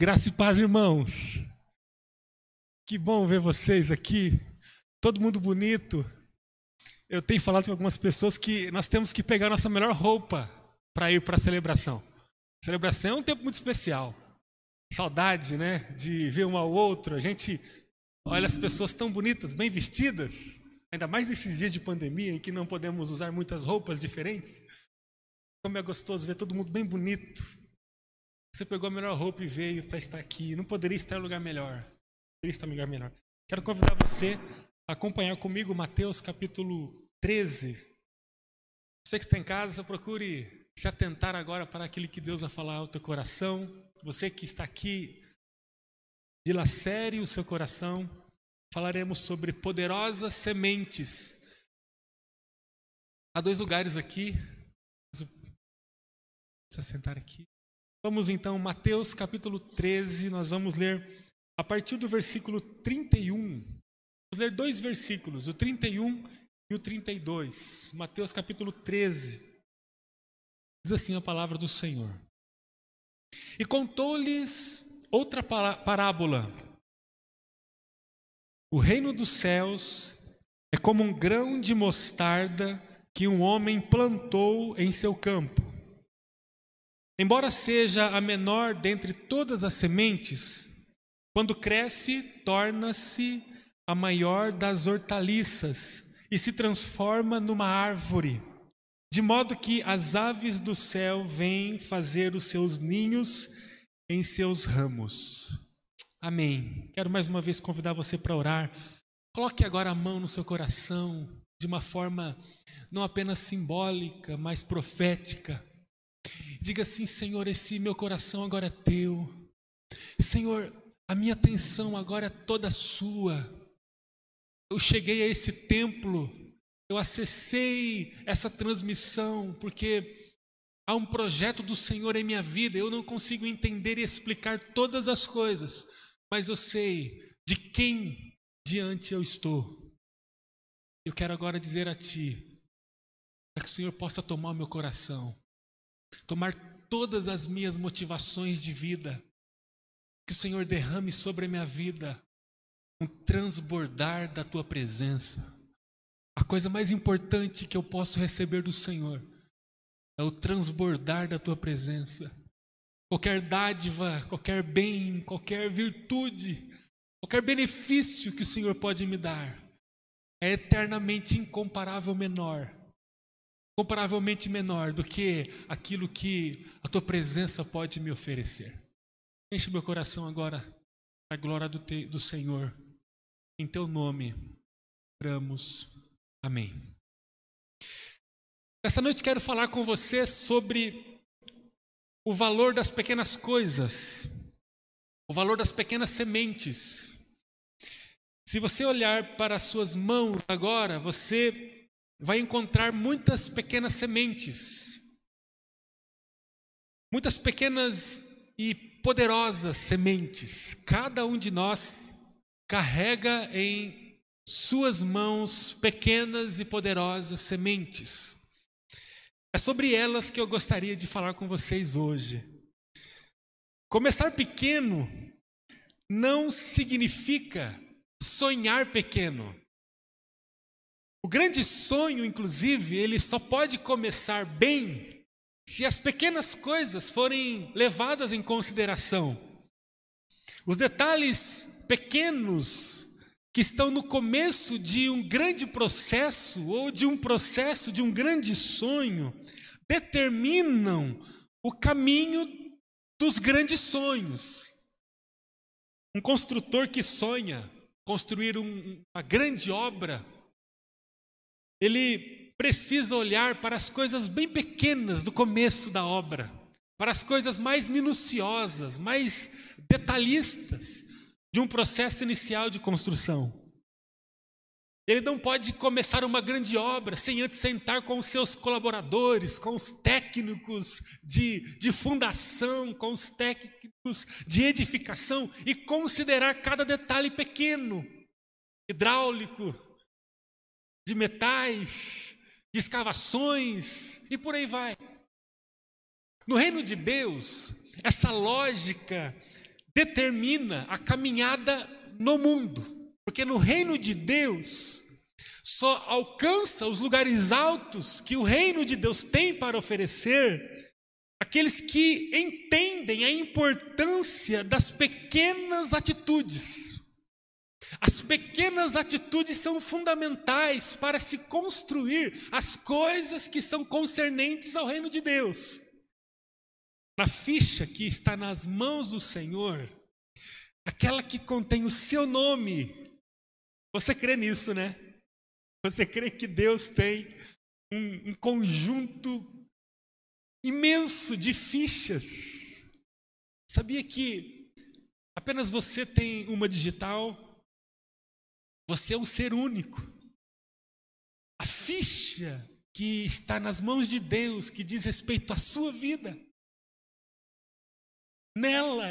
Graça e paz, irmãos. Que bom ver vocês aqui. Todo mundo bonito. Eu tenho falado com algumas pessoas que nós temos que pegar nossa melhor roupa para ir para a celebração. Celebração é um tempo muito especial. Saudade, né? De ver um ao outro. A gente olha as pessoas tão bonitas, bem vestidas. Ainda mais nesses dias de pandemia em que não podemos usar muitas roupas diferentes. Como é gostoso ver todo mundo bem bonito. Você pegou a melhor roupa e veio para estar aqui. Não poderia estar em lugar melhor. Poderia estar em lugar melhor. Quero convidar você a acompanhar comigo Mateus capítulo 13. Você que está em casa, procure se atentar agora para aquilo que Deus vai falar ao teu coração. Você que está aqui, dilacere o seu coração. Falaremos sobre poderosas sementes. Há 2 lugares aqui. Se sentar aqui. Vamos então, Mateus capítulo 13, nós vamos ler a partir do versículo 31. Vamos ler 2 versículos, o 31 e o 32. Mateus capítulo 13. Diz assim a palavra do Senhor. E contou-lhes outra parábola. O reino dos céus é como um grão de mostarda que um homem plantou em seu campo. Embora seja a menor dentre todas as sementes, quando cresce, torna-se a maior das hortaliças e se transforma numa árvore, de modo que as aves do céu vêm fazer os seus ninhos em seus ramos. Amém. Quero mais uma vez convidar você para orar. Coloque agora a mão no seu coração, de uma forma não apenas simbólica, mas profética. Diga assim: Senhor, esse meu coração agora é teu. Senhor, a minha atenção agora é toda sua. Eu cheguei a esse templo, eu acessei essa transmissão, porque há um projeto do Senhor em minha vida. Eu não consigo entender e explicar todas as coisas, mas eu sei de quem diante eu estou. Eu quero agora dizer a Ti, para que o Senhor possa tomar o meu coração, tomar todas as minhas motivações de vida, que o Senhor derrame sobre a minha vida um transbordar da Tua presença. A coisa mais importante que eu posso receber do Senhor é o transbordar da Tua presença. Qualquer dádiva, qualquer bem, qualquer virtude, qualquer benefício que o Senhor pode me dar é eternamente comparavelmente menor do que aquilo que a Tua presença pode me oferecer. Enche meu coração agora da glória do Senhor. Em Teu nome, oramos. Amém. Essa noite quero falar com você sobre o valor das pequenas coisas, o valor das pequenas sementes. Se você olhar para as suas mãos agora, você vai encontrar muitas pequenas sementes, muitas pequenas e poderosas sementes. Cada um de nós carrega em suas mãos pequenas e poderosas sementes. É sobre elas que eu gostaria de falar com vocês hoje. Começar pequeno não significa sonhar pequeno. O grande sonho, inclusive, ele só pode começar bem se as pequenas coisas forem levadas em consideração. Os detalhes pequenos que estão no começo de um grande processo ou de um processo de um grande sonho determinam o caminho dos grandes sonhos. Um construtor que sonha construir uma grande obra, ele precisa olhar para as coisas bem pequenas do começo da obra, para as coisas mais minuciosas, mais detalhistas de um processo inicial de construção. Ele não pode começar uma grande obra sem antes sentar com os seus colaboradores, com os técnicos de fundação, com os técnicos de edificação e considerar cada detalhe pequeno, hidráulico, de metais, de escavações e por aí vai. No reino de Deus, essa lógica determina a caminhada no mundo. Porque no reino de Deus, só alcança os lugares altos que o reino de Deus tem para oferecer aqueles que entendem a importância das pequenas atitudes. As pequenas atitudes são fundamentais para se construir as coisas que são concernentes ao reino de Deus. Na ficha que está nas mãos do Senhor, aquela que contém o seu nome, você crê nisso, né? Você crê que Deus tem um conjunto imenso de fichas? Sabia que apenas você tem uma digital? Você é um ser único. A ficha que está nas mãos de Deus, que diz respeito à sua vida, nela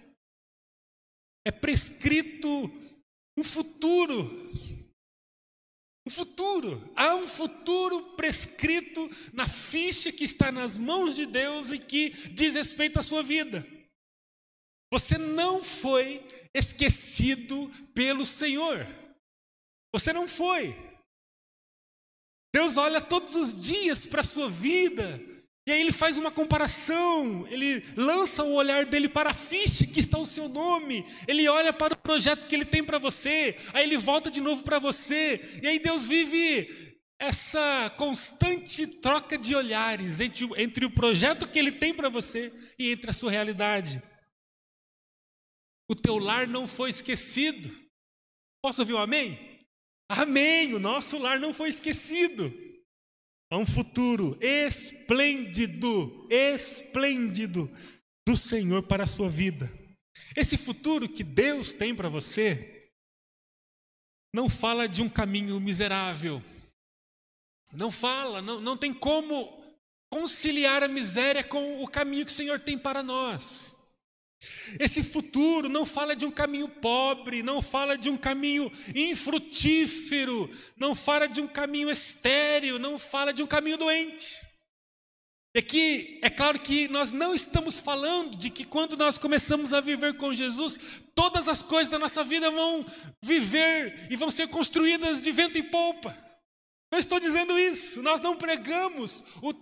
é prescrito um futuro. Um futuro. Há um futuro prescrito na ficha que está nas mãos de Deus e que diz respeito à sua vida. Você não foi esquecido pelo Senhor. Você não foi. Deus olha todos os dias para a sua vida. E aí ele faz uma comparação, ele lança o olhar dele para a ficha que está o seu nome, ele olha para o projeto que ele tem para você, aí ele volta de novo para você, e aí Deus vive essa constante troca de olhares entre o projeto que ele tem para você e entre a sua realidade. O teu lar não foi esquecido. Posso ouvir um amém? Amém, o nosso lar não foi esquecido. Há um futuro esplêndido do Senhor para a sua vida. Esse futuro que Deus tem para você não fala de um caminho miserável. Não tem como conciliar a miséria com o caminho que o Senhor tem para nós. Esse futuro não fala de um caminho pobre, não fala de um caminho infrutífero, não fala de um caminho estéril, não fala de um caminho doente. E aqui é claro que nós não estamos falando de que quando nós começamos a viver com Jesus, todas as coisas da nossa vida vão viver e vão ser construídas de vento e polpa. Não estou dizendo isso. Nós não pregamos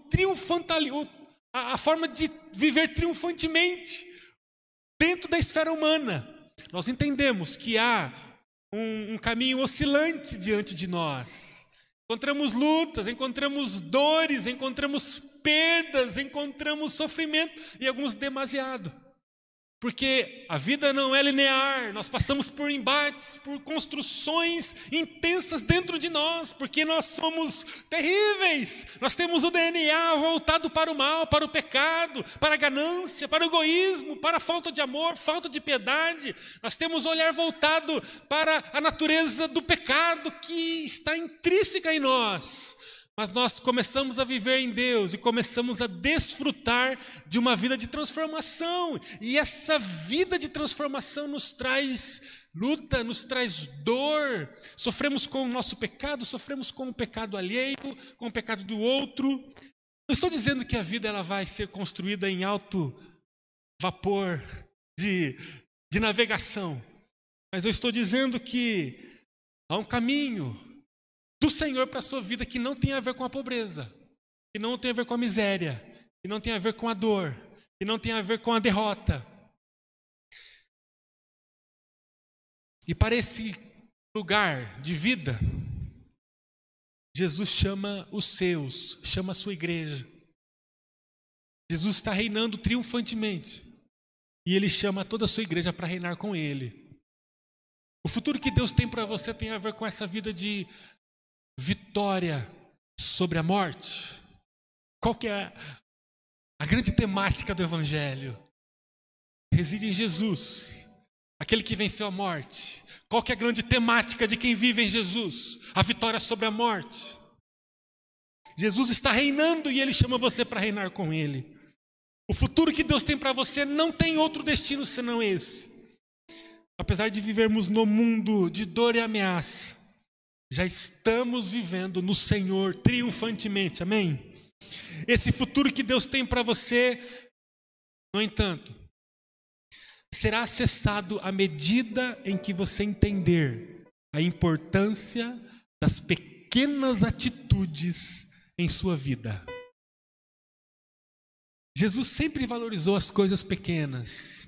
a forma de viver triunfantemente dentro da esfera humana. Nós entendemos que há um caminho oscilante diante de nós. Encontramos lutas, encontramos dores, encontramos perdas, encontramos sofrimento e alguns demasiado. Porque a vida não é linear, nós passamos por embates, por construções intensas dentro de nós, porque nós somos terríveis. Nós temos o DNA voltado para o mal, para o pecado, para a ganância, para o egoísmo, para a falta de amor, falta de piedade. Nós temos o olhar voltado para a natureza do pecado que está intrínseca em nós. Mas nós começamos a viver em Deus e começamos a desfrutar de uma vida de transformação. E essa vida de transformação nos traz luta, nos traz dor. Sofremos com o nosso pecado, sofremos com o pecado alheio, com o pecado do outro. Não estou dizendo que a vida ela vai ser construída em alto vapor de navegação. Mas eu estou dizendo que há um caminho do Senhor para a sua vida que não tem a ver com a pobreza, que não tem a ver com a miséria, que não tem a ver com a dor, que não tem a ver com a derrota. E para esse lugar de vida, Jesus chama os seus, chama a sua igreja. Jesus está reinando triunfantemente e Ele chama toda a sua igreja para reinar com Ele. O futuro que Deus tem para você tem a ver com essa vida de vitória sobre a morte. Qual que é a grande temática do Evangelho? Reside em Jesus, aquele que venceu a morte. Qual que é a grande temática de quem vive em Jesus? A vitória sobre a morte. Jesus está reinando e Ele chama você para reinar com Ele. O futuro que Deus tem para você não tem outro destino senão esse. Apesar de vivermos no mundo de dor e ameaça, já estamos vivendo no Senhor triunfantemente, amém? Esse futuro que Deus tem para você, no entanto, será acessado à medida em que você entender a importância das pequenas atitudes em sua vida. Jesus sempre valorizou as coisas pequenas.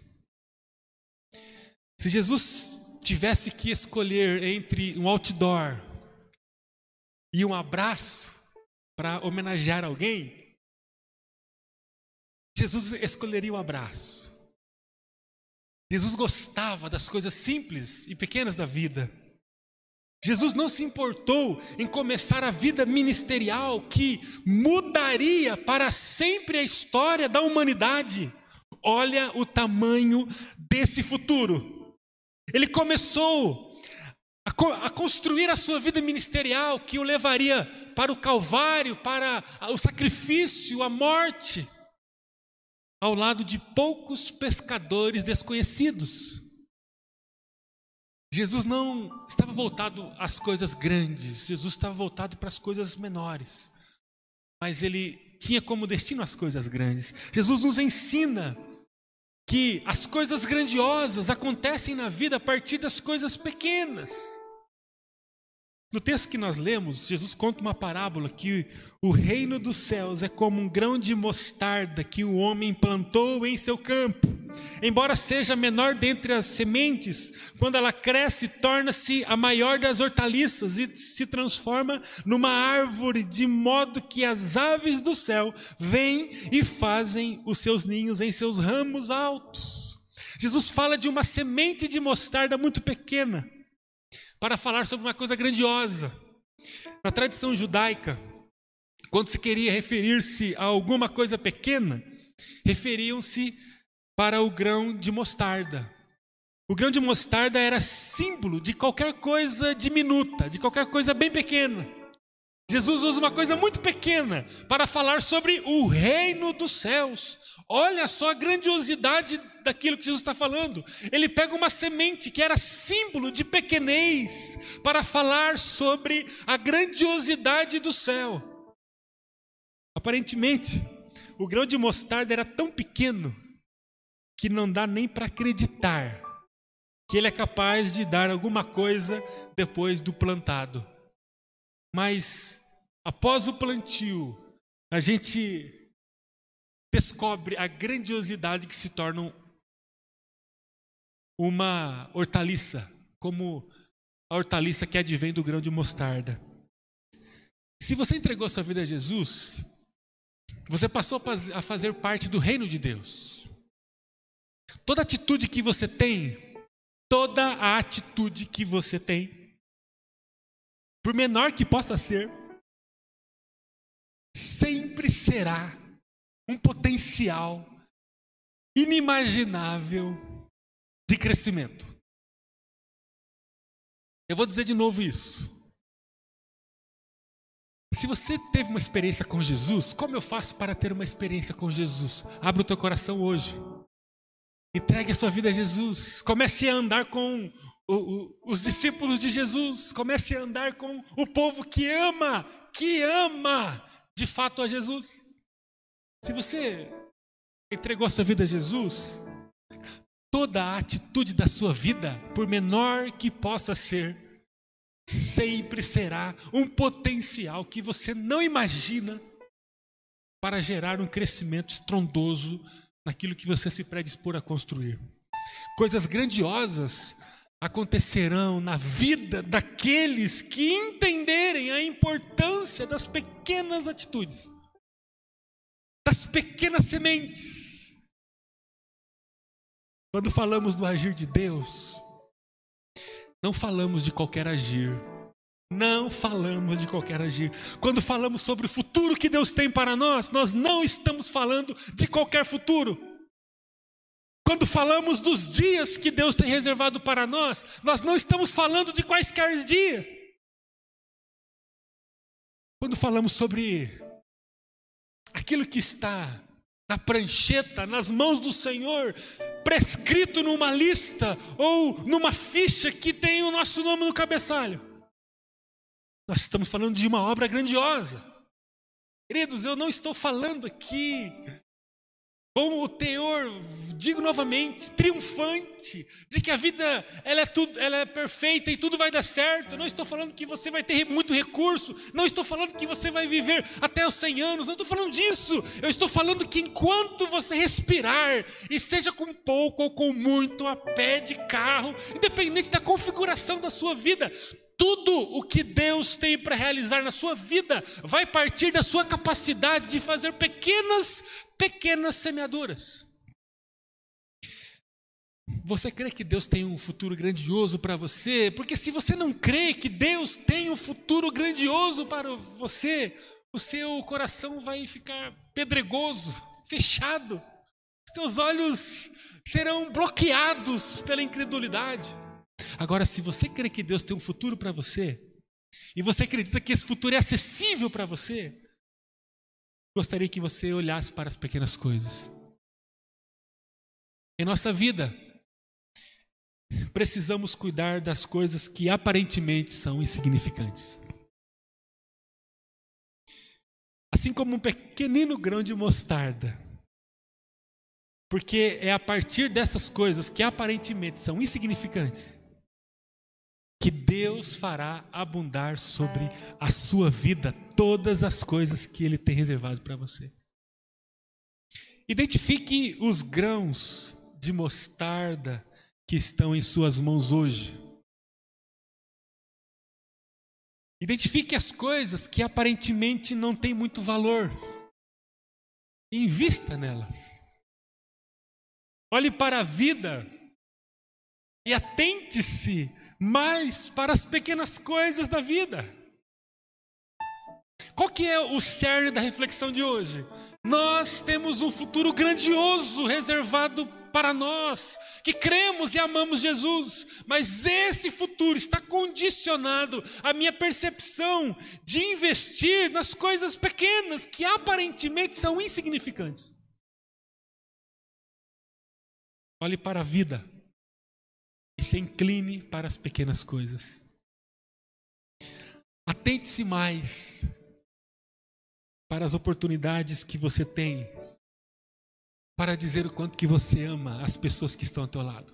Se Jesus tivesse que escolher entre um outdoor e um abraço para homenagear alguém, Jesus escolheria o abraço. Jesus gostava das coisas simples e pequenas da vida. Jesus não se importou em começar a vida ministerial que mudaria para sempre a história da humanidade. Olha o tamanho desse futuro. Ele começou a construir a sua vida ministerial que o levaria para o Calvário, para o sacrifício, a morte, ao lado de poucos pescadores desconhecidos. Jesus não estava voltado às coisas grandes, Jesus estava voltado para as coisas menores. Mas ele tinha como destino as coisas grandes. Jesus nos ensina que as coisas grandiosas acontecem na vida a partir das coisas pequenas. No texto que nós lemos, Jesus conta uma parábola que o reino dos céus é como um grão de mostarda que o homem plantou em seu campo. Embora seja a menor dentre as sementes, quando ela cresce, torna-se a maior das hortaliças e se transforma numa árvore, de modo que as aves do céu vêm e fazem os seus ninhos em seus ramos altos. Jesus fala de uma semente de mostarda muito pequena, para falar sobre uma coisa grandiosa. Na tradição judaica, quando se queria referir-se a alguma coisa pequena, referiam-se para o grão de mostarda. O grão de mostarda era símbolo de qualquer coisa diminuta, de qualquer coisa bem pequena. Jesus usa uma coisa muito pequena para falar sobre o reino dos céus. Olha só a grandiosidade daquilo que Jesus está falando. Ele pega uma semente que era símbolo de pequenez para falar sobre a grandiosidade do céu. Aparentemente, o grão de mostarda era tão pequeno que não dá nem para acreditar que ele é capaz de dar alguma coisa depois do plantado. Mas após o plantio, a gente descobre a grandiosidade que se torna uma hortaliça, como a hortaliça que advém do grão de mostarda. Se você entregou sua vida a Jesus, você passou a fazer parte do reino de Deus. Toda atitude que você tem, toda a atitude que você tem, por menor que possa ser, sempre será um potencial inimaginável de crescimento. Eu vou dizer de novo isso. Se você teve uma experiência com Jesus, como eu faço para ter uma experiência com Jesus? Abra o teu coração hoje. Entregue a sua vida a Jesus. Comece a andar com os discípulos de Jesus. Comece a andar com o povo que ama de fato a Jesus. Se você entregou a sua vida a Jesus, toda a atitude da sua vida, por menor que possa ser, sempre será um potencial que você não imagina para gerar um crescimento estrondoso naquilo que você se predispor a construir. Coisas grandiosas acontecerão na vida daqueles que entenderem a importância das pequenas atitudes, das pequenas sementes. Quando falamos do agir de Deus, não falamos de qualquer agir. Não falamos de qualquer agir. Quando falamos sobre o futuro que Deus tem para nós, nós não estamos falando de qualquer futuro. Quando falamos dos dias que Deus tem reservado para nós, nós não estamos falando de quaisquer dias. Quando falamos sobre aquilo que está na prancheta, nas mãos do Senhor, prescrito numa lista ou numa ficha que tem o nosso nome no cabeçalho, nós estamos falando de uma obra grandiosa. Queridos, eu não estou falando aqui com o teor, digo novamente, triunfante, de que a vida ela é perfeita e tudo vai dar certo. Não estou falando que você vai ter muito recurso, não estou falando que você vai viver até os 100 anos, não estou falando disso. Eu estou falando que enquanto você respirar, e seja com pouco ou com muito, a pé, de carro, independente da configuração da sua vida, tudo o que Deus tem para realizar na sua vida vai partir da sua capacidade de fazer pequenas semeaduras. Você crê que Deus tem um futuro grandioso para você? Porque se você não crê que Deus tem um futuro grandioso para você, o seu coração vai ficar pedregoso, fechado. Os teus olhos serão bloqueados pela incredulidade. Agora, se você crê que Deus tem um futuro para você, e você acredita que esse futuro é acessível para você, gostaria que você olhasse para as pequenas coisas. Em nossa vida, precisamos cuidar das coisas que aparentemente são insignificantes. Assim como um pequenino grão de mostarda. Porque é a partir dessas coisas que aparentemente são insignificantes que Deus fará abundar sobre a sua vida todas as coisas que Ele tem reservado para você. Identifique os grãos de mostarda que estão em suas mãos hoje. Identifique as coisas que aparentemente não têm muito valor e invista nelas. Olhe para a vida e atente-se mais para as pequenas coisas da vida. Qual que é o cerne da reflexão de hoje? Nós temos um futuro grandioso reservado para nós, que cremos e amamos Jesus, mas esse futuro está condicionado à minha percepção de investir nas coisas pequenas que aparentemente são insignificantes. Olhe para a vida e se incline para as pequenas coisas. Atente-se mais para as oportunidades que você tem para dizer o quanto que você ama as pessoas que estão ao teu lado.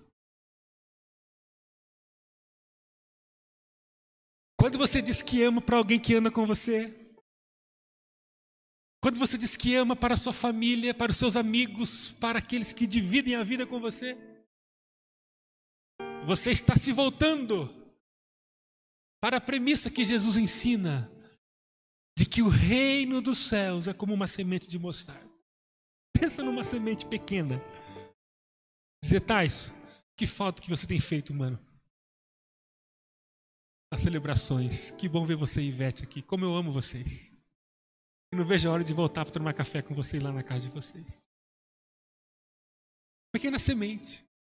Quando você diz que ama para alguém que anda com você, quando você diz que ama para a sua família, para os seus amigos, para aqueles que dividem a vida com você, você está se voltando para a premissa que Jesus ensina, de que o reino dos céus é como uma semente de mostarda. Pensa numa semente pequena. Dizer, Tais, que falta que você tem feito, mano. As celebrações. Que bom ver você e Ivete aqui. Como eu amo vocês. E não vejo a hora de voltar para tomar café com vocês lá na casa de vocês. Pequena semente.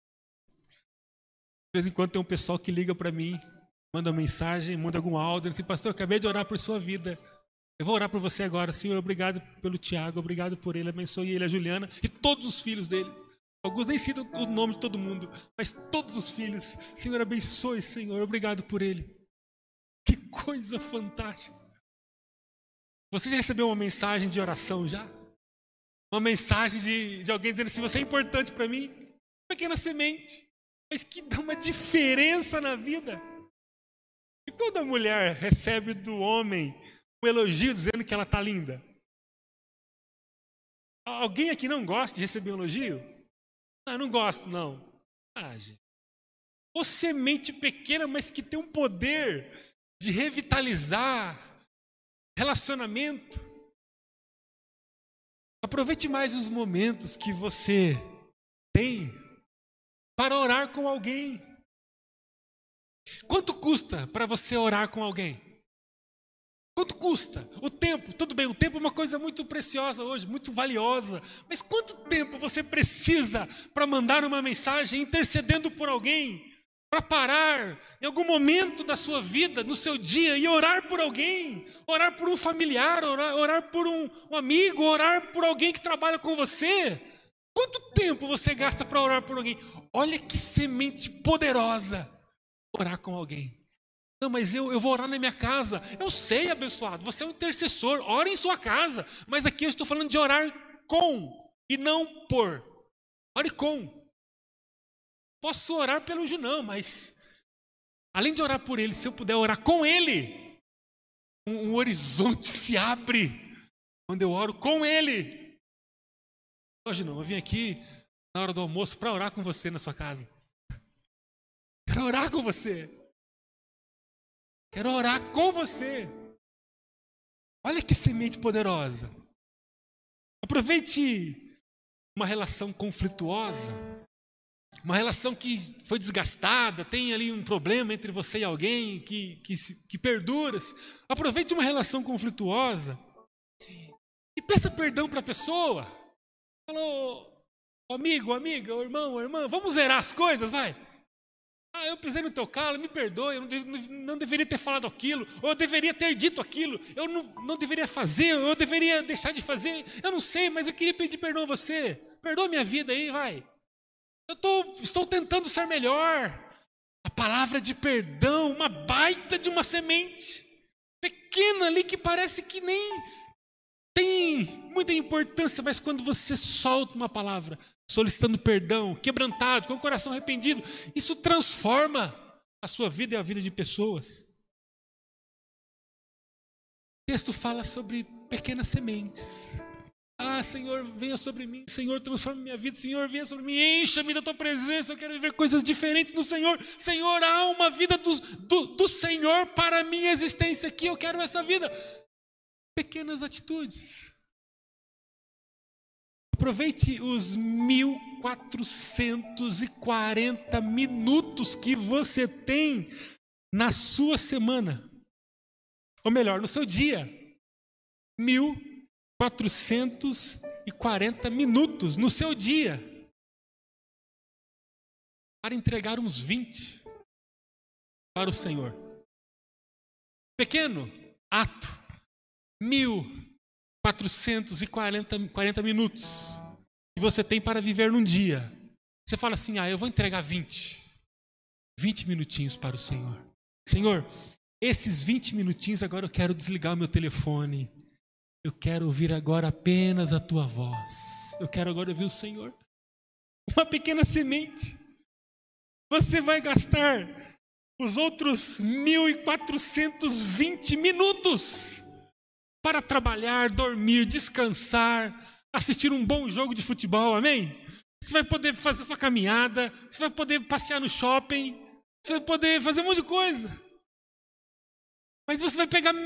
De vez em quando tem um pessoal que liga para mim, manda uma mensagem, manda algum áudio, assim, pastor, eu acabei de orar por sua vida. Eu vou orar por você agora. Senhor, obrigado pelo Tiago, obrigado por ele, abençoe ele, a Juliana e todos os filhos dele. Alguns nem citam o nome de todo mundo, mas todos os filhos. Senhor, abençoe, Senhor, obrigado por ele. Que coisa fantástica. Você já recebeu uma mensagem de oração já? Uma mensagem de alguém dizendo assim, você é importante para mim? Pequena semente, mas que dá uma diferença na vida. E quando a mulher recebe do homem um elogio dizendo que ela está linda? Alguém aqui não gosta de receber um elogio? Ah, não gosto, não. Ah, gente. Ou semente pequena, mas que tem um poder de revitalizar relacionamento. Aproveite mais os momentos que você tem para orar com alguém. Quanto custa para você orar com alguém? Quanto custa? O tempo, tudo bem, o tempo é uma coisa muito preciosa hoje, muito valiosa. Mas quanto tempo você precisa para mandar uma mensagem intercedendo por alguém? Para parar em algum momento da sua vida, no seu dia, e orar por alguém? Orar por um familiar, orar por um amigo, orar por alguém que trabalha com você? Quanto tempo você gasta para orar por alguém? Olha que semente poderosa, orar com alguém. Não, mas eu vou orar na minha casa. Eu sei, abençoado, você é um intercessor, ora em sua casa. Mas aqui eu estou falando de orar com e não por. Ore com. Posso orar pelo Junão, mas além de orar por ele, se eu puder orar com ele, um horizonte se abre quando eu oro com ele. Hoje não, eu vim aqui na hora do almoço para orar com você na sua casa. Quero orar com você. Quero orar com você. Olha que semente poderosa. Aproveite uma relação conflituosa, uma relação que foi desgastada, tem ali um problema entre você e alguém que perdura. Aproveite uma relação conflituosa e peça perdão para a pessoa. Falou, amigo, amiga, irmão, irmã, vamos zerar as coisas, vai. Eu pisei no teu calo, me perdoe, eu não deveria ter falado aquilo, ou eu deveria ter dito aquilo, eu não deveria fazer, ou eu deveria deixar de fazer, eu não sei, mas eu queria pedir perdão a você. Perdoa minha vida aí, vai. Estou tentando ser melhor. A palavra de perdão, uma baita de uma semente, pequena ali que parece que nem tem muita importância, mas quando você solta uma palavra, solicitando perdão, quebrantado, com o coração arrependido, isso transforma a sua vida e a vida de pessoas. O texto fala sobre pequenas sementes. Senhor, venha sobre mim. Senhor, transforma minha vida. Senhor, venha sobre mim. Encha-me da tua presença. Eu quero viver coisas diferentes do Senhor. Senhor, há uma vida do Senhor para a minha existência aqui. Eu quero essa vida. Pequenas atitudes. Aproveite os 1440 minutos que você tem na sua semana. Ou melhor, no seu dia. 1440 minutos no seu dia. Para entregar uns 20 para o Senhor. Pequeno ato. 1440 minutos que você tem para viver num dia. Você fala assim, eu vou entregar 20 minutinhos para o Senhor. Senhor, esses 20 minutinhos agora eu quero desligar o meu telefone. Eu quero ouvir agora apenas a tua voz. Eu quero agora ouvir o Senhor. Uma pequena semente. Você vai gastar os outros 1420 minutos para trabalhar, dormir, descansar, assistir um bom jogo de futebol, amém? Você vai poder fazer sua caminhada, você vai poder passear no shopping, você vai poder fazer um monte de coisa. Mas você vai pegar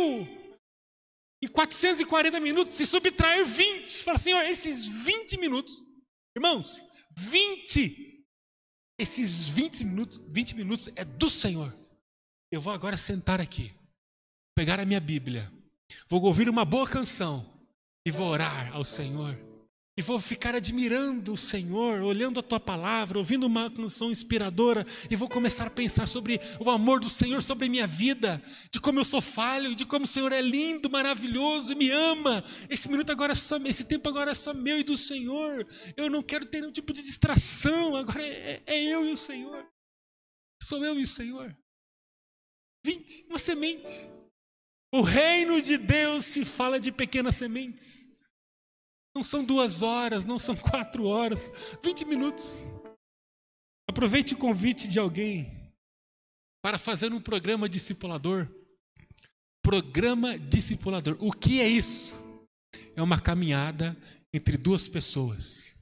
1440 minutos e subtrair 20. Fala, Senhor, esses 20 minutos, irmãos, 20, esses 20 minutos é do Senhor. Eu vou agora sentar aqui, pegar a minha Bíblia, vou ouvir uma boa canção e vou orar ao Senhor. E vou ficar admirando o Senhor, olhando a tua palavra, ouvindo uma canção inspiradora, e vou começar a pensar sobre o amor do Senhor sobre a minha vida, de como eu sou falho, de como o Senhor é lindo, maravilhoso e me ama. Esse tempo agora é só meu e do Senhor. Eu não quero ter nenhum tipo de distração. Agora é eu e o Senhor. Sou eu e o Senhor. 20, uma semente. O reino de Deus se fala de pequenas sementes. Não são 2 horas, não são 4 horas, 20 minutos. Aproveite o convite de alguém para fazer um programa discipulador. Programa discipulador. O que é isso? É uma caminhada entre 2 pessoas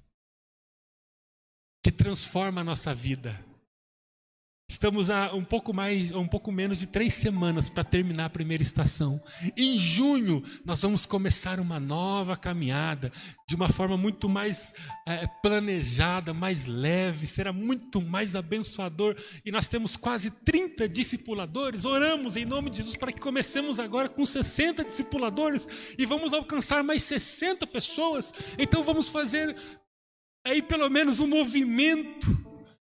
que transforma a nossa vida. Estamos a um pouco menos de 3 semanas para terminar a primeira estação. Em junho, nós vamos começar uma nova caminhada de uma forma muito mais planejada, mais leve, será muito mais abençoador. E nós temos quase 30 discipuladores. Oramos em nome de Jesus para que comecemos agora com 60 discipuladores e vamos alcançar mais 60 pessoas. Então vamos fazer aí pelo menos um movimento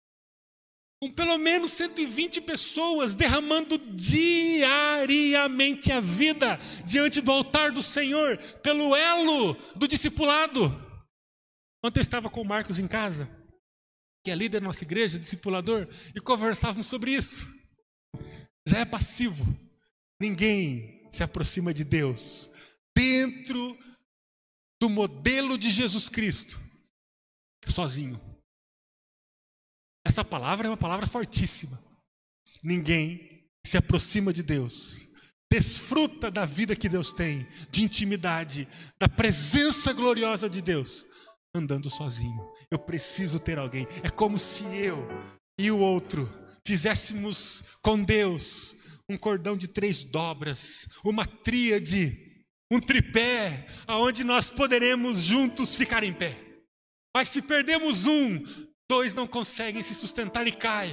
com pelo menos 120 pessoas derramando diariamente a vida diante do altar do Senhor, pelo elo do discipulado. Ontem eu estava com o Marcos em casa, que é líder da nossa igreja, discipulador, e conversávamos sobre isso. Já é passivo. Ninguém se aproxima de Deus dentro do modelo de Jesus Cristo sozinho. Essa palavra é uma palavra fortíssima. Ninguém se aproxima de Deus, desfruta da vida que Deus tem, de intimidade, da presença gloriosa de Deus, andando sozinho. Eu preciso ter alguém. É como se eu e o outro fizéssemos com Deus um cordão de 3 dobras, uma tríade, um tripé, aonde nós poderemos juntos ficar em pé. Mas se perdemos um, 2 não conseguem se sustentar e caem.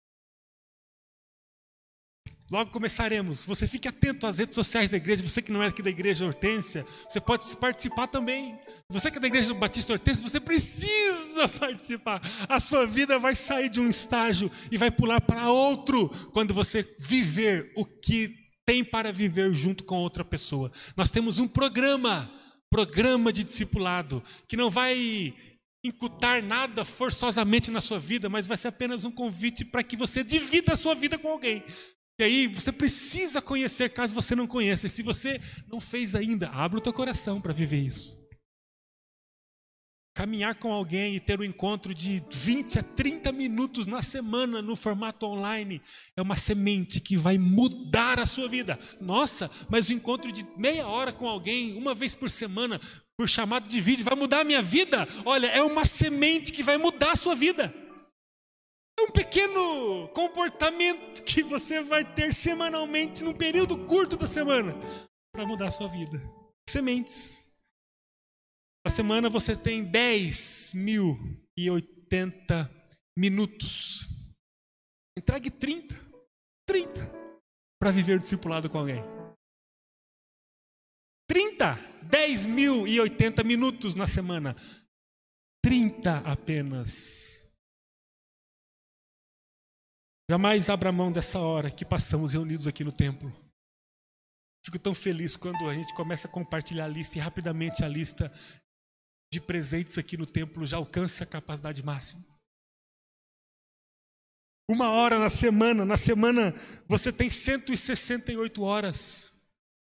Logo começaremos. Você fique atento às redes sociais da igreja. Você que não é aqui da igreja Hortência, você pode participar também. Você que é da igreja do Batista Hortência, você precisa participar. A sua vida vai sair de um estágio e vai pular para outro quando você viver o que tem para viver junto com outra pessoa. Nós temos um programa de discipulado, que não vai incutar nada forçosamente na sua vida, mas vai ser apenas um convite para que você divida a sua vida com alguém. E aí você precisa conhecer, caso você não conheça. E se você não fez ainda, abra o teu coração para viver isso. Caminhar com alguém e ter um encontro de 20 a 30 minutos na semana no formato online é uma semente que vai mudar a sua vida. Nossa, mas o encontro de meia hora com alguém, uma vez por semana, por chamado de vídeo, vai mudar a minha vida? Olha, é uma semente que vai mudar a sua vida. É um pequeno comportamento que você vai ter semanalmente, num período curto da semana, para mudar a sua vida. Sementes. Na semana você tem 10.080 minutos. Entregue 30 para viver o discipulado com alguém. 10.080 minutos na semana. 30 apenas. Jamais abra mão dessa hora que passamos reunidos aqui no templo. Fico tão feliz quando a gente começa a compartilhar a lista e rapidamente a lista de presentes aqui no templo já alcança a capacidade máxima. 1 hora na semana você tem 168 horas.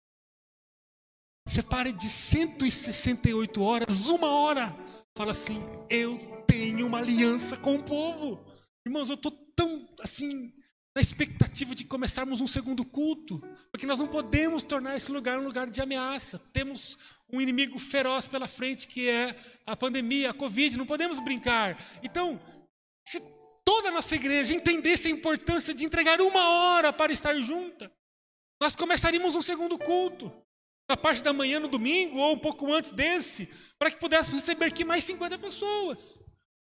Separe de 168 horas, 1 hora. Fala assim, eu tenho uma aliança com o povo. Irmãos, eu estou tão assim, na expectativa de começarmos um segundo culto, porque nós não podemos tornar esse lugar um lugar de ameaça. Temos um inimigo feroz pela frente, que é a pandemia, a Covid, não podemos brincar. Então, se toda a nossa igreja entendesse a importância de entregar 1 hora para estar junta, nós começaríamos um segundo culto, na parte da manhã no domingo, ou um pouco antes desse, para que pudéssemos receber aqui mais 50 pessoas.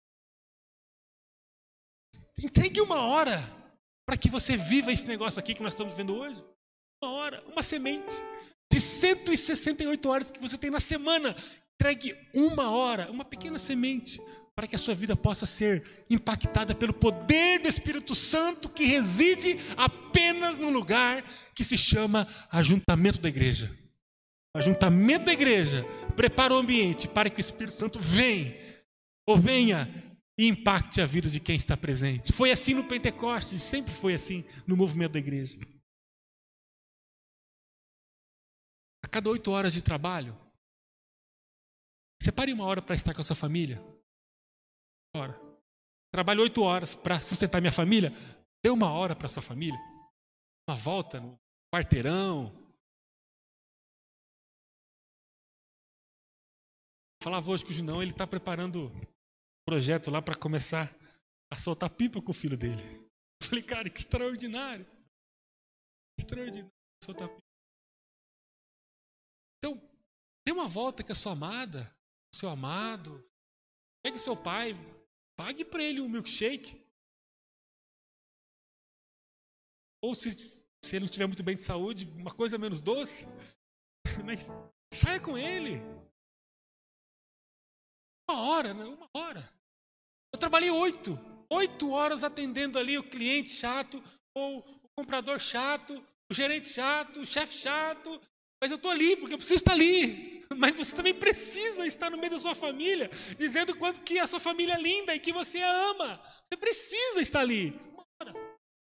Entregue 1 hora para que você viva esse negócio aqui que nós estamos vendo hoje. 1 hora, uma semente de 168 horas que você tem na semana. Entregue 1 hora, uma pequena semente, para que a sua vida possa ser impactada pelo poder do Espírito Santo que reside apenas num lugar que se chama ajuntamento da igreja. O ajuntamento da igreja prepara o ambiente para que o Espírito Santo venha e impacte a vida de quem está presente. Foi assim no Pentecostes, sempre foi assim no movimento da igreja. A cada 8 horas de trabalho, separe 1 hora para estar com a sua família. Trabalho 8 horas para sustentar minha família, dê 1 hora para a sua família. Uma volta no quarteirão. Falava hoje com o Junão, ele está preparando projeto lá para começar a soltar pipa com o filho dele. Eu falei, cara, que extraordinário. Extraordinário soltar pipa. Então, dê uma volta com a sua amada, seu amado. Pegue o seu pai, pague para ele um milkshake. Ou se ele não estiver muito bem de saúde, uma coisa menos doce. Mas saia com ele. 1 hora, né? 1 hora. Eu trabalhei 8 horas atendendo ali o cliente chato, ou o comprador chato, o gerente chato, o chefe chato. Mas eu estou ali porque eu preciso estar ali. Mas você também precisa estar no meio da sua família, dizendo o quanto que a sua família é linda e que você a ama. Você precisa estar ali. 1 hora.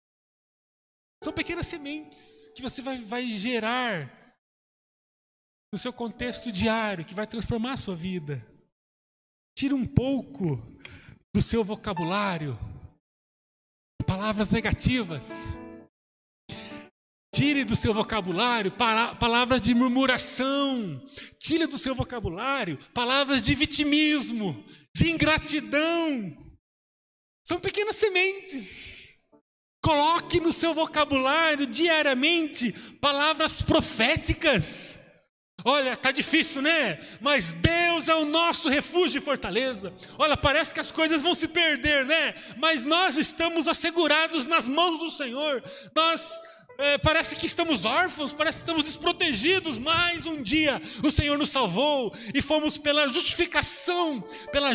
São pequenas sementes que você vai gerar no seu contexto diário, que vai transformar a sua vida. Tire um pouco do seu vocabulário palavras negativas. Tire do seu vocabulário palavras de murmuração. Tire do seu vocabulário palavras de vitimismo, de ingratidão. São pequenas sementes. Coloque no seu vocabulário diariamente palavras proféticas. Olha, tá difícil, né? Mas Deus é o nosso refúgio e fortaleza. Olha, parece que as coisas vão se perder, né? Mas nós estamos assegurados nas mãos do Senhor. Parece que estamos órfãos, parece que estamos desprotegidos, mas um dia o Senhor nos salvou e fomos pela justificação,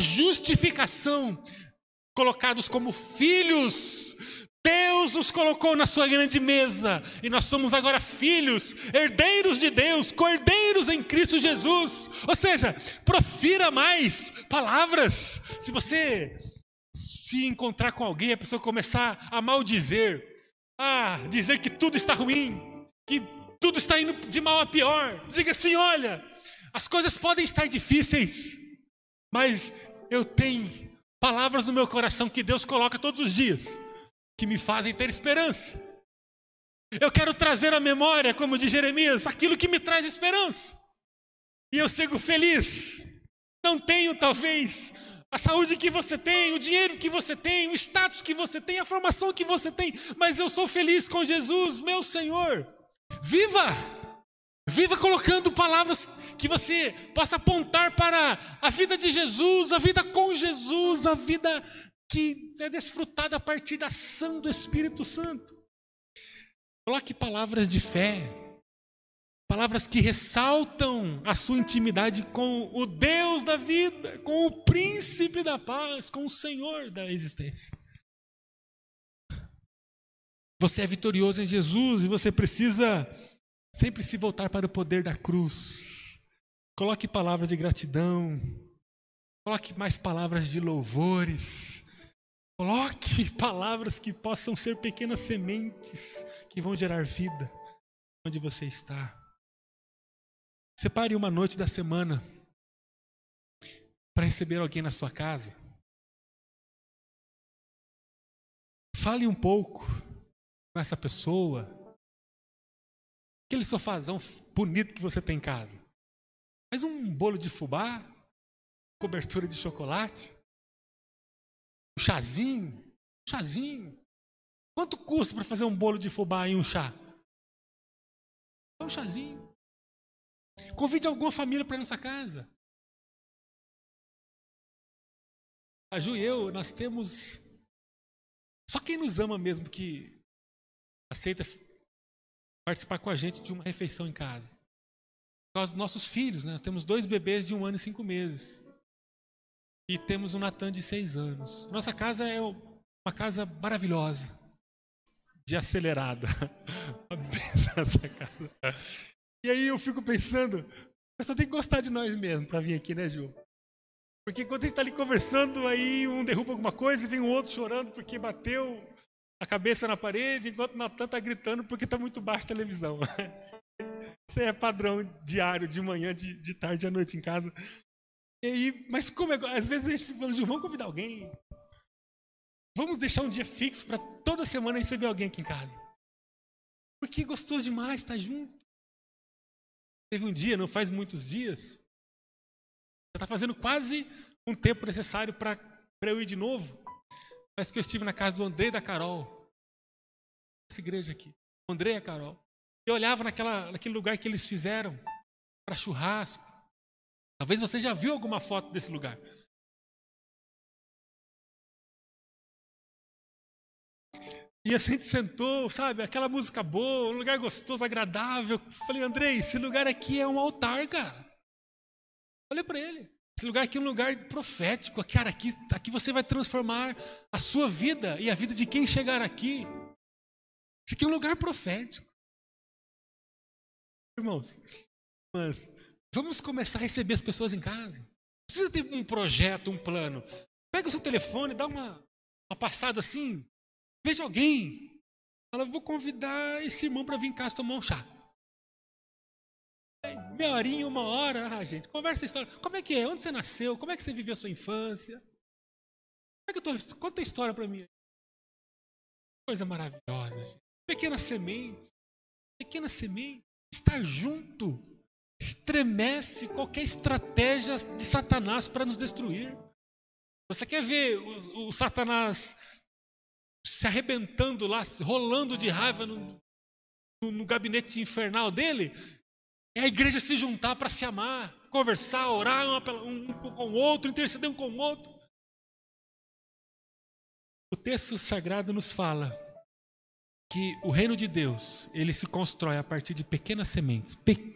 colocados como filhos. Deus nos colocou na sua grande mesa e nós somos agora filhos, herdeiros de Deus, cordeiros em Cristo Jesus. Ou seja, profira mais palavras. Se você se encontrar com alguém, a pessoa começar a maldizer, dizer que tudo está ruim, que tudo está indo de mal a pior, diga assim: olha, as coisas podem estar difíceis, mas eu tenho palavras no meu coração que Deus coloca todos os dias, que me fazem ter esperança. Eu quero trazer à memória, como diz Jeremias, aquilo que me traz esperança. E eu sigo feliz. Não tenho, talvez, a saúde que você tem, o dinheiro que você tem, o status que você tem, a formação que você tem, mas eu sou feliz com Jesus, meu Senhor. Viva! Viva colocando palavras que você possa apontar para a vida de Jesus, a vida com Jesus, a vida que é desfrutada a partir da ação do Espírito Santo. Coloque palavras de fé, palavras que ressaltam a sua intimidade com o Deus da vida, com o príncipe da paz, com o Senhor da existência. Você é vitorioso em Jesus e você precisa sempre se voltar para o poder da cruz. Coloque palavras de gratidão, coloque mais palavras de louvores. Coloque palavras que possam ser pequenas sementes que vão gerar vida onde você está. Separe uma noite da semana para receber alguém na sua casa. Fale um pouco com essa pessoa. Aquele sofazão bonito que você tem em casa. Faz um bolo de fubá, cobertura de chocolate. Um chazinho. Quanto custa para fazer um bolo de fubá e um chá? Um chazinho. Convide alguma família para a nossa casa. A Ju e eu, nós temos... Só quem nos ama mesmo que aceita participar com a gente de uma refeição em casa. Nós, nossos filhos, né? Nós temos 2 bebês de 1 ano e 5 meses. E temos um Natan de 6 anos. Nossa casa é uma casa maravilhosa, de acelerada. Essa casa. E aí eu fico pensando, a pessoa tem que gostar de nós mesmo para vir aqui, né, Ju? Porque quando a gente está ali conversando, aí um derruba alguma coisa e vem um outro chorando porque bateu a cabeça na parede, enquanto o Natan está gritando porque está muito baixa a televisão. Isso é padrão diário, de manhã, de tarde, à noite em casa. E aí, mas como é? Às vezes a gente fica falando, vamos convidar alguém. Vamos deixar um dia fixo para toda semana receber alguém aqui em casa. Porque é gostoso demais estar junto. Teve um dia, não faz muitos dias, já está fazendo quase um tempo necessário para eu ir de novo. Parece que eu estive na casa do André e da Carol. Essa igreja aqui. O André e a Carol. Eu olhava naquele lugar que eles fizeram para churrasco. Talvez você já viu alguma foto desse lugar. E a gente sentou, sabe, aquela música boa, um lugar gostoso, agradável. Falei, Andrei, esse lugar aqui é um altar, cara. Olha para ele. Esse lugar aqui é um lugar profético. Cara, aqui você vai transformar a sua vida e a vida de quem chegar aqui. Esse aqui é um lugar profético. Irmãos, mas vamos começar a receber as pessoas em casa. Não precisa ter um projeto, um plano. Pega o seu telefone, dá uma passada assim, veja alguém. Fala, vou convidar esse irmão para vir em casa tomar um chá. meia horinha, 1 hora. Ah, gente, conversa a história. Como é que é? Onde você nasceu? Como é que você viveu a sua infância? Conta a história para mim. Coisa maravilhosa, gente. Pequena semente. Pequena semente. Estar junto estremece qualquer estratégia de Satanás para nos destruir. Você quer ver o Satanás se arrebentando lá, rolando de raiva no gabinete infernal dele? É a igreja se juntar para se amar, conversar, orar um com o outro, interceder um com o outro. O texto sagrado nos fala que o reino de Deus, ele se constrói a partir de pequenas sementes,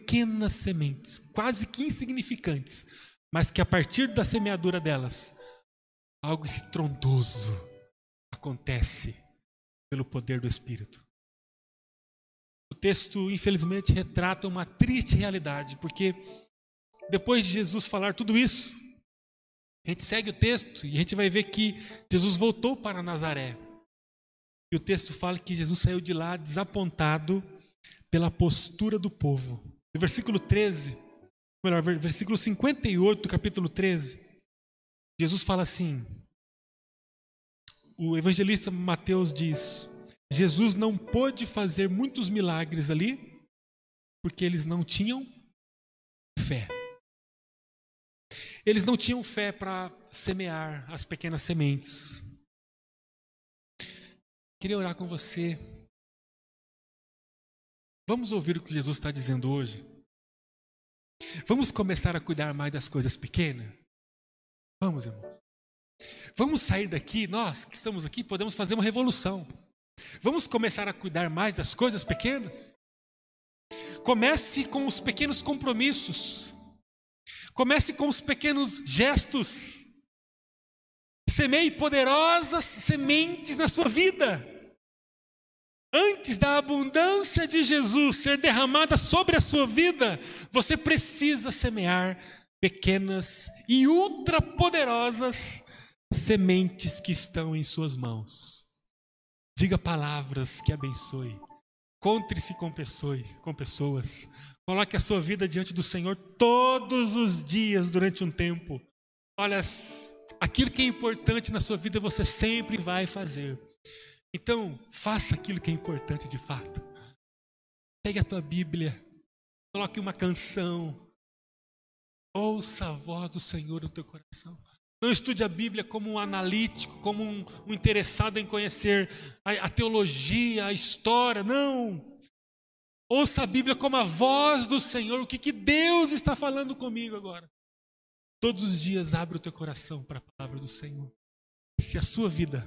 quase que insignificantes, mas que a partir da semeadura delas, algo estrondoso acontece pelo poder do Espírito. O texto, infelizmente, retrata uma triste realidade, porque depois de Jesus falar tudo isso, a gente segue o texto e a gente vai ver que Jesus voltou para Nazaré. E o texto fala que Jesus saiu de lá desapontado pela postura do povo. No versículo 13, melhor, versículo 58 do capítulo 13, Jesus fala assim, o evangelista Mateus diz: Jesus não pôde fazer muitos milagres ali, porque eles não tinham fé. Eles não tinham fé para semear as pequenas sementes. Queria orar com você. Vamos ouvir o que Jesus está dizendo hoje? Vamos começar a cuidar mais das coisas pequenas? Vamos, irmão. Vamos sair daqui, nós que estamos aqui, podemos fazer uma revolução. Vamos começar a cuidar mais das coisas pequenas? Comece com os pequenos compromissos. Comece com os pequenos gestos. Semeie poderosas sementes na sua vida. Antes da abundância de Jesus ser derramada sobre a sua vida, você precisa semear pequenas e ultrapoderosas sementes que estão em suas mãos. Diga palavras que abençoe. Encontre-se com pessoas. Coloque a sua vida diante do Senhor todos os dias durante um tempo. Olha, aquilo que é importante na sua vida você sempre vai fazer. Então, faça aquilo que é importante de fato. Pegue a tua Bíblia, coloque uma canção, ouça a voz do Senhor no teu coração. Não estude a Bíblia como um analítico, como um interessado em conhecer a teologia, a história, não. Ouça a Bíblia como a voz do Senhor, o que Deus está falando comigo agora. Todos os dias abre o teu coração para a palavra do Senhor. Se a sua vida,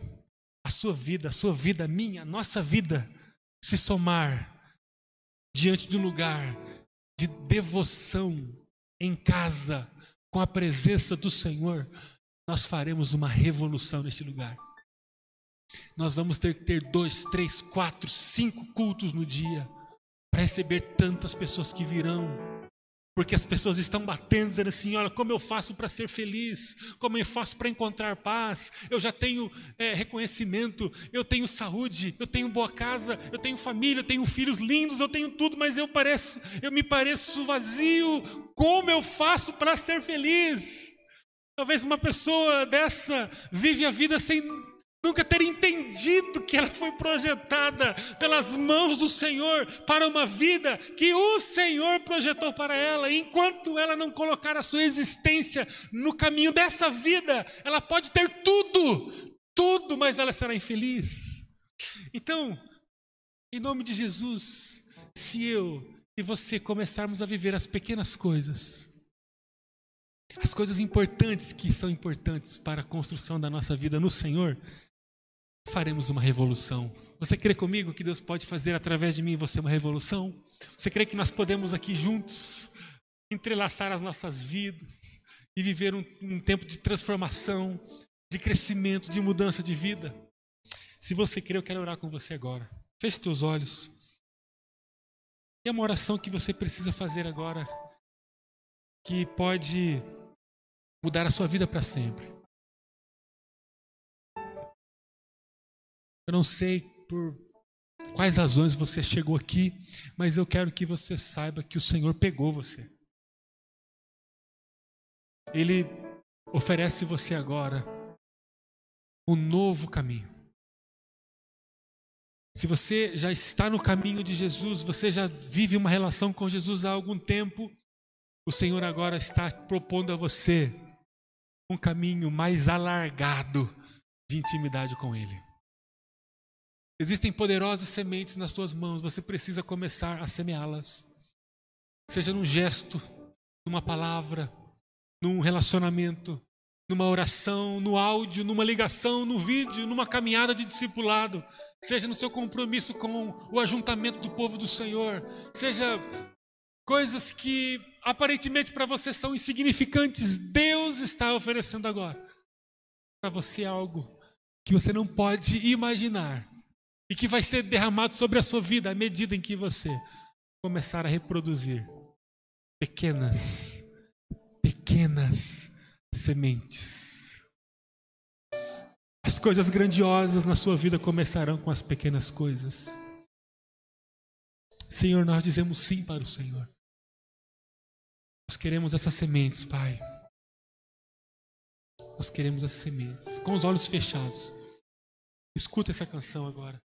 a minha, a nossa vida se somar diante de um lugar de devoção em casa, com a presença do Senhor, nós faremos uma revolução neste lugar. Nós vamos ter que ter 2, 3, 4, 5 cultos no dia para receber tantas pessoas que virão. Porque as pessoas estão batendo, dizendo assim: olha, como eu faço para ser feliz? Como eu faço para encontrar paz? Eu já tenho reconhecimento, eu tenho saúde, eu tenho boa casa, eu tenho família, eu tenho filhos lindos, eu tenho tudo, mas eu me pareço vazio. Como eu faço para ser feliz? Talvez uma pessoa dessa vive a vida sem nunca ter entendido que ela foi projetada pelas mãos do Senhor para uma vida que o Senhor projetou para ela. E enquanto ela não colocar a sua existência no caminho dessa vida, ela pode ter tudo, mas ela será infeliz. Então, em nome de Jesus, se eu e você começarmos a viver as pequenas coisas, as coisas importantes que são importantes para a construção da nossa vida no Senhor, faremos uma revolução. Você crê comigo que Deus pode fazer através de mim e você uma revolução? Você crê que nós podemos aqui juntos entrelaçar as nossas vidas e viver um tempo de transformação, de crescimento, de mudança de vida? Se você crê, eu quero orar com você agora. Feche teus olhos. É uma oração que você precisa fazer agora, que pode mudar a sua vida para sempre. Eu não sei por quais razões você chegou aqui, mas eu quero que você saiba que o Senhor pegou você. Ele oferece você agora um novo caminho. Se você já está no caminho de Jesus, você já vive uma relação com Jesus há algum tempo, o Senhor agora está propondo a você um caminho mais alargado de intimidade com Ele. Existem poderosas sementes nas tuas mãos, você precisa começar a semeá-las. Seja num gesto, numa palavra, num relacionamento, numa oração, no áudio, numa ligação, no vídeo, numa caminhada de discipulado, seja no seu compromisso com o ajuntamento do povo do Senhor, seja coisas que aparentemente para você são insignificantes, Deus está oferecendo agora para você algo que você não pode imaginar e que vai ser derramado sobre a sua vida à medida em que você começar a reproduzir pequenas sementes. As coisas grandiosas na sua vida começarão com as pequenas coisas. Senhor, nós dizemos sim para o Senhor. Nós queremos essas sementes, Pai. Nós queremos essas sementes. Com os olhos fechados, escuta essa canção agora.